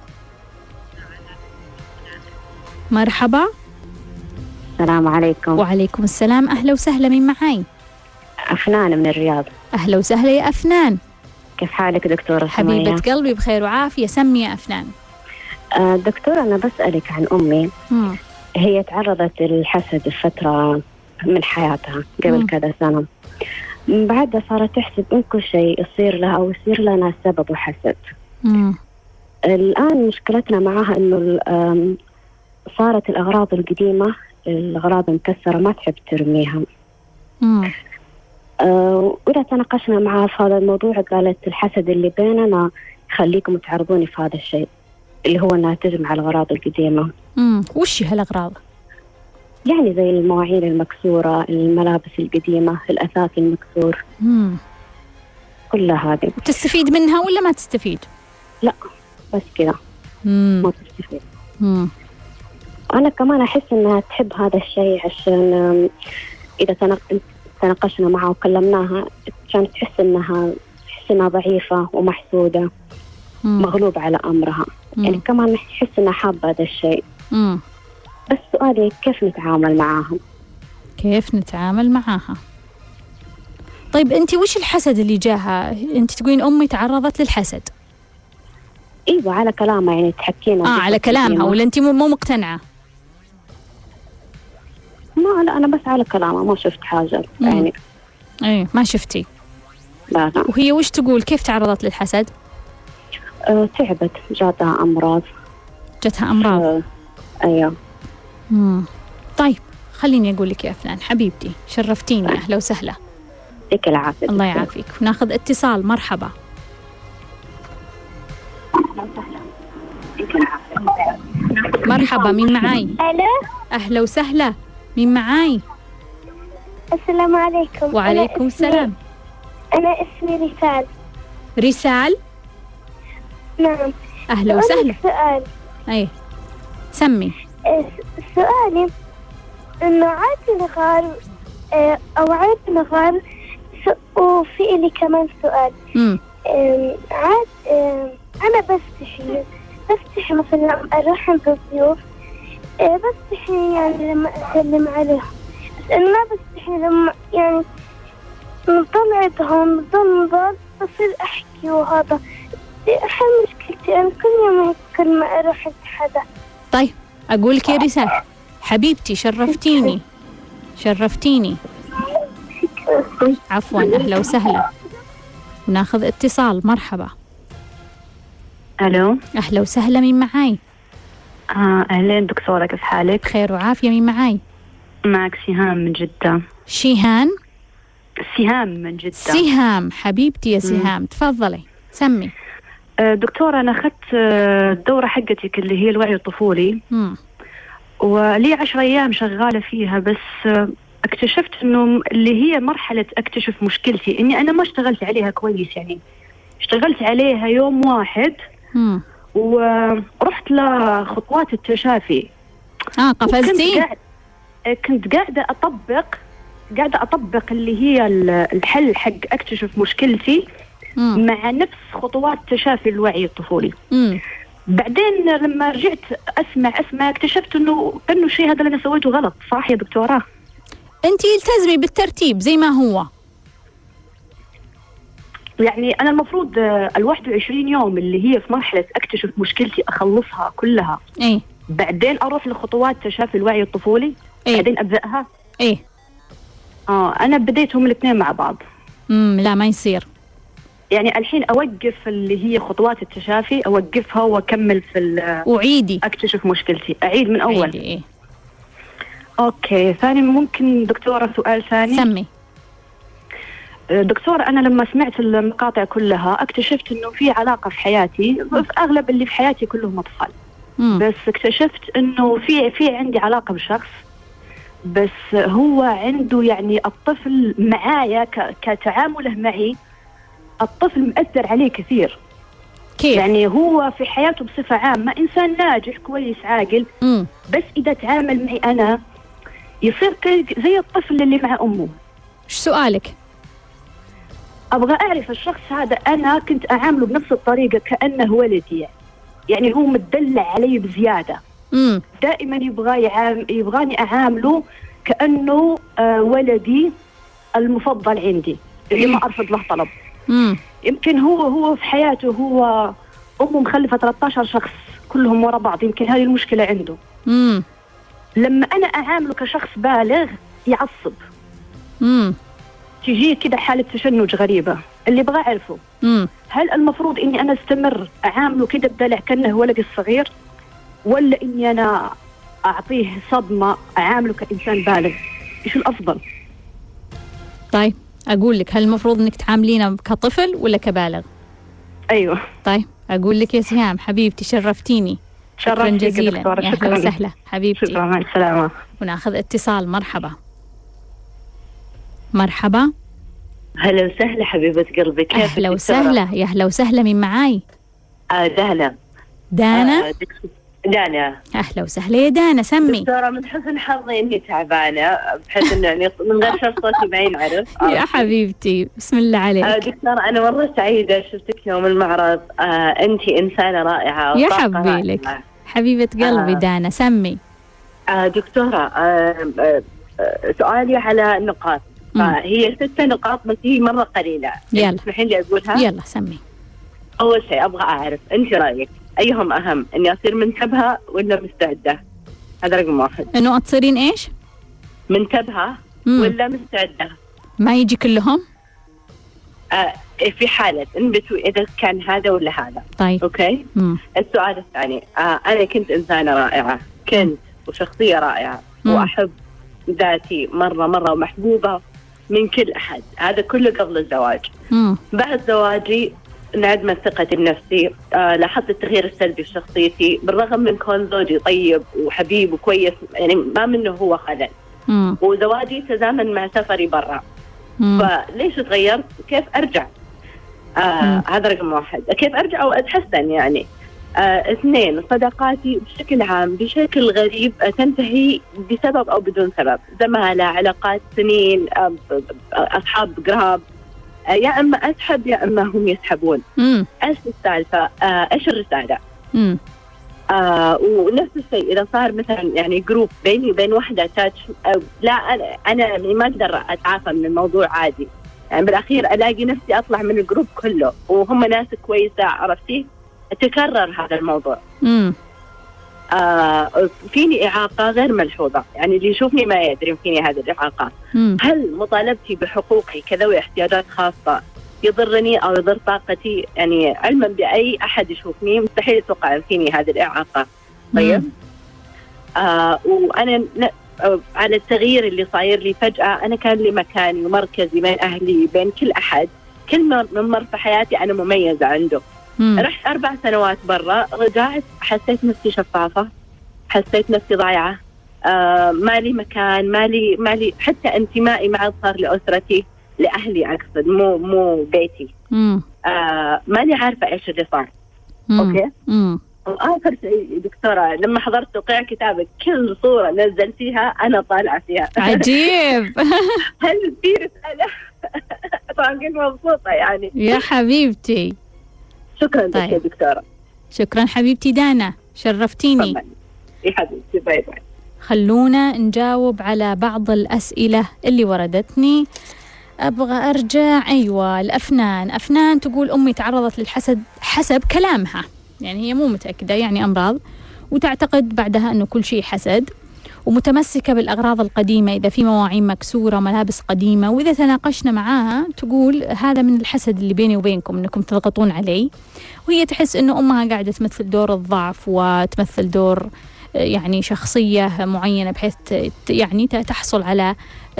مرحبا. السلام عليكم. وعليكم السلام، أهلا وسهلا، مين معاي؟ أفنان من الرياض. أهلا وسهلا يا أفنان. كيف حالك دكتورة؟ حبيبة قلبي بخير وعافية. سمي يا أفنان. آه دكتورة، أنا بسألك عن أمي. مم. هي تعرضت للحسد الفترة من حياتها قبل مم. كذا سنة، بعدها صارت تحسب إن كل شيء يصير لها أو يصير لنا سبب حسد. مم. الآن مشكلتنا معها إنه صارت الأغراض القديمة، الأغراض المكسرة ما تحب ترميها. مم. أه وإذا تناقشنا معها في هذا الموضوع قالت الحسد اللي بيننا خليكم تعرضوني في هذا الشيء اللي هو أنها تجمع الأغراض القديمة. امم وش هالأغراض؟ يعني زي المواعين المكسورة، الملابس القديمة، الأثاث المكسور. امم كلها هذه. تستفيد منها ولا ما تستفيد؟ لا بس كذا ما تستفيد. امم أنا كمان أحس أنها تحب هذا الشيء، عشان إذا تناقشنا تناقشنا معها وكلمناها كانت تحس انها تحس انها ضعيفه ومحسوده، مم. مغلوب على امرها. مم. يعني كمان نحس انها حابه هذا الشيء. مم. بس سؤالي كيف نتعامل معاها؟ كيف نتعامل معاها؟ طيب انت وش الحسد اللي جاها؟ انت تقولين امي تعرضت للحسد. ايوه على كلامها، يعني تحكينا. اه على كلامها ولا انت مو مقتنعه؟ ما لا أنا بس على كلامها، ما شفت حاجة. مم. يعني إيه ما شفتي؟ لا لا. وهي وش تقول؟ كيف تعرضت للحسد؟ أه تعبت، جاتها أمراض. جاتها أمراض؟ أه أيوه. مم. طيب خليني أقول لك يا أفنان حبيبتي، شرفتيني. أه. أهلا وسهلا. يعطيك العافية. الله يعافيك. وناخذ اتصال. مرحبا. أهلا وسهلا. يعطيك العافية. مرحبا، مين معاي؟ ألو. أهلا وسهلا، مين معاي؟ السلام عليكم. وعليكم السلام. أنا اسمي رسال. رسال؟ نعم. أهلا وسهلا. سؤال. أي سمي. سؤالي إنه عادي نغار أو عادي نغار، وفي لي كمان سؤال. امم عاد أنا بستحي بستحي مثلا أروح عند الضيوف، بستحي يعني لما أسلم عليهم، بس أنا ما بستحي لما يعني نضل عندهم نضل نضل بصير أحكي، وهذا أحل مشكلتي. أنا كل يوم هيك كل ما أروح عند حدا. طيب أقول لك يا رسالة حبيبتي، شرفتيني شرفتيني. عفوا. أهلا وسهلا. وناخذ اتصال. مرحبا. ألو. أهلا وسهلا. مين معاي؟ آه أهلين دكتورة، كيف حالك؟ بخير وعافية. مين معاي؟ معك سهام من جدة. شيهان؟ سهام من جدة. سهام حبيبتي يا سهام. مم. تفضلي سمي. آه دكتورة، أنا أخذت الدورة حقتك اللي هي الوعي الطفولي. مم. ولي عشر أيام شغالة فيها، بس اكتشفت انه اللي هي مرحلة اكتشف مشكلتي اني انا ما اشتغلت عليها كويس. يعني اشتغلت عليها يوم واحد مم. ورحت لخطوات التشافي. اه قفزتي؟ كنت, قاعد كنت قاعدة اطبق قاعدة اطبق اللي هي الحل حق اكتشف مشكلتي مم. مع نفس خطوات تشافي الوعي الطفولي. مم. بعدين لما رجعت اسمع اسمع اكتشفت انه انه الشيء هذا اللي انا سويته غلط. صح يا دكتورة؟ أنتِ التزمي بالترتيب زي ما هو. يعني أنا المفروض الواحد وعشرين يوم اللي هي في مرحلة أكتشف مشكلتي أخلصها كلها. إيه. بعدين أروح لخطوات تشافي الوعي الطفولي. إيه. بعدين أبدأها. إيه. آه أنا بديتهم الاثنين مع بعض. امم لا ما يصير. يعني الحين أوقف اللي هي خطوات التشافي، أوقفها وأكمل في وعيدي أكتشف مشكلتي، أعيد من أول. عيدي. إيه. أوكي. ثاني ممكن دكتورة سؤال ثاني؟ سمي. دكتورة، أنا لما سمعت المقاطع كلها اكتشفت إنه في علاقة في حياتي، في أغلب اللي في حياتي كلهم أطفال. مم. بس اكتشفت إنه في في عندي علاقة بشخص، بس هو عنده يعني الطفل معايا كتعامله معي، الطفل مؤثر عليه كثير. كيف؟ يعني هو في حياته بصفة عامة إنسان ناجح كويس عاقل. مم. بس إذا تعامل معي أنا يصير زي الطفل اللي مع أمه. إيش سؤالك؟ أبغى أعرف الشخص هذا أنا كنت أعامله بنفس الطريقة كأنه ولدي، يعني, يعني هو متدلع علي بزيادة. مم. دائما يبغى يعام... يبغاني أعامله كأنه آه ولدي المفضل عندي اللي ما أرفض له طلب. مم. يمكن هو هو في حياته هو أمه مخلفة ثلاثة عشر شخص كلهم ورا بعض، يمكن هذه المشكلة عنده. مم. لما أنا أعامله كشخص بالغ يعصب. مم. تجي كده حالة تشنج غريبة. اللي أبغى أعرفه مم. هل المفروض إني أنا أستمر أعامله كده بدلع كأنه ولدي الصغير، ولا إني أنا أعطيه صدمة أعامله كإنسان بالغ؟ إيش الأفضل؟ طيب أقول لك، هل المفروض إنك تعاملينه كطفل ولا كبالغ؟ أيوه. طيب أقول لك يا سهام حبيبتي، شرفتيني. شكرا جزيلا. يا أهلا وسهلا حبيبتي. شكرا. مع السلامة. وناخذ اتصال. مرحبا. مرحبا. هلا وسهلا حبيبة قلبي، كيفك؟ أهلا وسهلا. يا أهلا وسهلا. من معاي؟ آه دانا. دانا؟ آه دانا. أهلا وسهلا يا دانا. سمي. دكتورة، من حسن حظي إني تعبانة بحيث إنه يعني من غير شرط صوتي ما ينعرف. يا حبيبتي بسم الله عليك. آه دكتورة، أنا مرة سعيدة شفتك يوم المعرض. آه أنتي إنسانة رائعة. يا حبي لك حبيبة قلبي. آه دانا سمي. آه دكتورة، آه آه سؤالي على النقاط. فهي ستة نقاط بس هي مرة قليلة. يلا تسمحين لي أقولها؟ يلا سمي. أول شيء أبغى أعرف أنت رأيك أيهم أهم، إني أصير منتبهة ولا مستعدة؟ هذا رقم واحد. إنه تصيرين إيش؟ منتبهة مم. ولا مستعدة؟ ما يجي كلهم؟ آه في حالة إن بتو إذا كان هذا ولا هذا. طيب. أوكي. مم. السؤال الثاني، آه أنا كنت إنسانة رائعة، كنت وشخصية رائعة. مم. وأحب ذاتي مرة مرة ومحبوبة من كل أحد. هذا كله قبل الزواج. مم. بعد زواجي انعدمت ثقتي بنفسي. آه لاحظت التغيير السلبي في شخصيتي، بالرغم من كون زوجي طيب وحبيب وكويس، يعني ما منه هو خلل. مم. وزواجي تزامن مع سفري برا. فليش تغيرت؟ كيف أرجع؟ آه هذا رقم واحد. كيف أرجع وأتحسن يعني؟ آه اثنين، صداقاتي بشكل عام بشكل غريب تنتهي بسبب أو بدون سبب. زمالة، علاقات سنين، آه أصحاب قراب، آه يا إما أسحب يا إما هم يسحبون. مم. إيش السالفة؟ آه إيش الرسالة؟ مم. آه ونفس الشيء إذا صار مثلا يعني جروب بيني وبين واحدة تاتش، آه لا أنا أنا ما أقدر أتعافى من الموضوع عادي يعني. بالأخير ألاقي نفسي أطلع من الجروب كله وهم ناس كويسة، عرفتي؟ تكرر هذا الموضوع. امم آه فيني إعاقة غير ملحوظة، يعني اللي يشوفني ما يدري فيني هذه الإعاقة. مم. هل مطالبتي بحقوقي كذوي احتياجات خاصة يضرني أو يضر طاقتي؟ يعني علما بأي أحد يشوفني مستحيل يتوقع فيني هذه الإعاقة. طيب آه وأنا ن... آه على التغيير اللي صاير لي فجأة، أنا كان لي مكاني ومركزي بين أهلي بين كل أحد، كل من مر في حياتي أنا مميزة عنده. مم. رحت أربع سنوات برا، رجعت حسيت نفسي شفافة، حسيت نفسي ضايعة، آه مالي مكان، مالي مالي حتى انتمائي ما عاد صار لأسرتي، لأهلي أقصد، مو مو بيتي. آه ماني عارفة إيش اللي صار. مم. أوكي. مم. وآخر شيء دكتورة، لما حضرت توقيع كتابك كل صورة نزلتيها أنا طالعة فيها. عجيب. هل في رسالة؟ طبعا كنت مبسوطة يعني. يا حبيبتي شكرا لك يا دكتورة. شكرا حبيبتي دانا، شرفتيني. طبعا. يا حبيبتي، باي باي. خلونا نجاوب على بعض الأسئلة اللي وردتني. أبغى أرجع. أيوة، الأفنان. أفنان تقول أمي تعرضت للحسد حسب كلامها، يعني هي مو متأكدة، يعني أمراض، وتعتقد بعدها أنه كل شيء حسد، ومتمسكة بالأغراض القديمة، إذا في مواعين مكسورة، ملابس قديمة، وإذا تناقشنا معاها تقول هذا من الحسد اللي بيني وبينكم، أنكم تضغطون علي. وهي تحس أنه أمها قاعدة تمثل دور الضعف وتمثل دور يعني شخصية معينة بحيث يعني تحصل على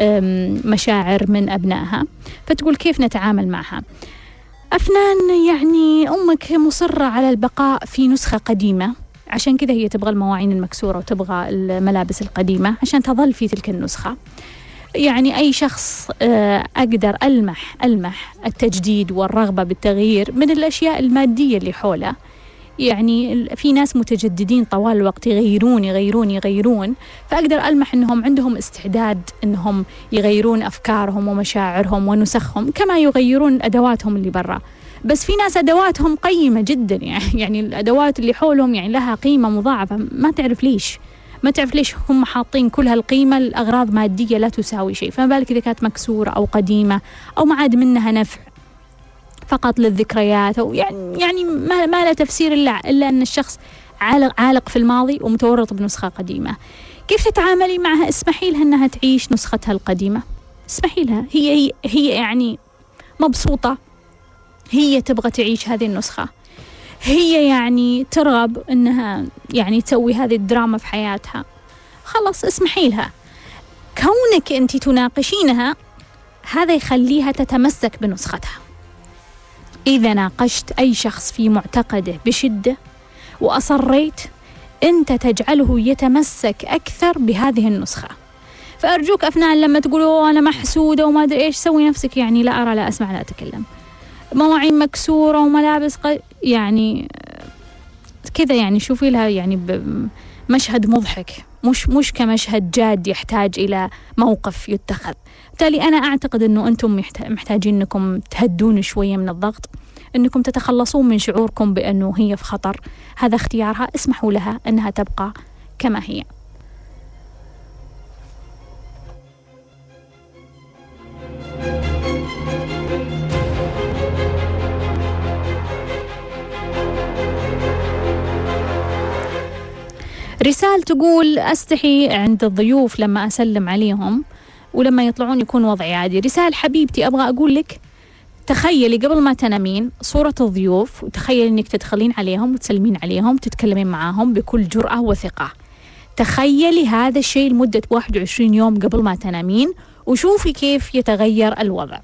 مشاعر من أبنائها، فتقول كيف نتعامل معها. أفنان، يعني أمك مصرة على البقاء في نسخة قديمة، عشان كذا هي تبغى المواعين المكسورة وتبغى الملابس القديمة عشان تظل في تلك النسخة. يعني أي شخص أقدر ألمح ألمح التجديد والرغبة بالتغيير من الأشياء المادية اللي حوله. يعني في ناس متجددين طوال الوقت، يغيرون يغيرون يغيرون، فأقدر ألمح أنهم عندهم استعداد أنهم يغيرون أفكارهم ومشاعرهم ونسخهم كما يغيرون أدواتهم اللي برا. بس في ناس أدواتهم قيمة جدا، يعني الأدوات اللي حولهم يعني لها قيمة مضاعفة، ما تعرف ليش ما تعرف ليش هم حاطين كل هالقيمة لأغراض مادية لا تساوي شيء. فما بالك إذا كانت مكسورة أو قديمة أو ما عاد منها نفع، فقط للذكريات، أو يعني يعني ما ما له تفسير إلا إلا أن الشخص عالق عالق في الماضي ومتورط بنسخة قديمة. كيف تتعاملي معها؟ اسمحي لها أنها تعيش نسختها القديمة، اسمحي لها. هي هي, هي يعني مبسوطة، هي تبغى تعيش هذه النسخة، هي يعني ترغب أنها يعني تسوي هذه الدراما في حياتها، خلاص اسمحي لها. كونك أنت تناقشينها هذا يخليها تتمسك بنسختها. إذا ناقشت أي شخص في معتقده بشدة وأصريت، أنت تجعله يتمسك أكثر بهذه النسخة. فأرجوك أفنان، لما تقولوا أنا محسودة وما أدري إيش، سوي نفسك يعني لا أرى لا أسمع لا أتكلم. مواعين مكسورة وملابس ق... يعني كذا، يعني شوفي لها يعني بمشهد مضحك، مش مش كمشهد جاد يحتاج إلى موقف يتخذ. بالتالي أنا أعتقد أنه أنتم محتاجين أنكم تهدون شوية من الضغط، أنكم تتخلصون من شعوركم بأنه هي في خطر. هذا اختيارها، اسمحوا لها أنها تبقى كما هي. رسالة تقول أستحي عند الضيوف لما أسلم عليهم، ولما يطلعون يكون وضعي عادي. رسالة حبيبتي، أبغى أقول لك تخيلي قبل ما تنامين صورة الضيوف، وتخيلي أنك تدخلين عليهم وتسلمين عليهم وتتكلمين معاهم بكل جرأة وثقة. تخيلي هذا الشيء لمدة واحد وعشرين يوم قبل ما تنامين، وشوفي كيف يتغير الوضع.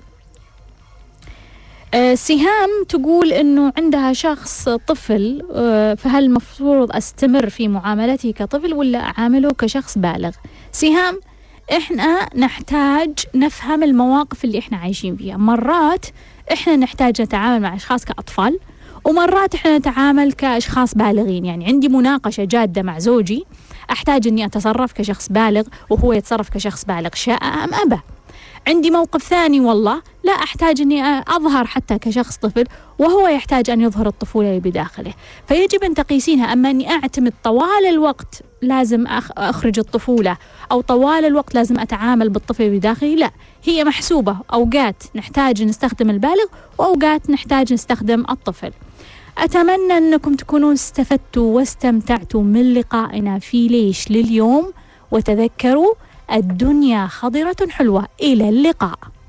أه سهام تقول أنه عندها شخص طفل، أه فهل المفروض أستمر في معاملته كطفل ولا أعامله كشخص بالغ؟ سهام، إحنا نحتاج نفهم المواقف اللي إحنا عايشين فيها. مرات إحنا نحتاج نتعامل مع أشخاص كأطفال، ومرات إحنا نتعامل كأشخاص بالغين. يعني عندي مناقشة جادة مع زوجي، أحتاج أني أتصرف كشخص بالغ وهو يتصرف كشخص بالغ شاء أم أبى. عندي موقف ثاني والله لا أحتاج أني أظهر حتى كشخص طفل وهو يحتاج أن يظهر الطفولة اللي بداخله، فيجب أن تقيسينها. أما أني أعتمد طوال الوقت لازم أخرج الطفولة أو طوال الوقت لازم أتعامل بالطفل اللي بداخلي، لا، هي محسوبة. أوقات نحتاج نستخدم البالغ وأوقات نحتاج نستخدم الطفل. أتمنى أنكم تكونوا استفدتوا واستمتعتوا من لقائنا في ليش لليوم، وتذكروا الدنيا خضرة حلوة. إلى اللقاء.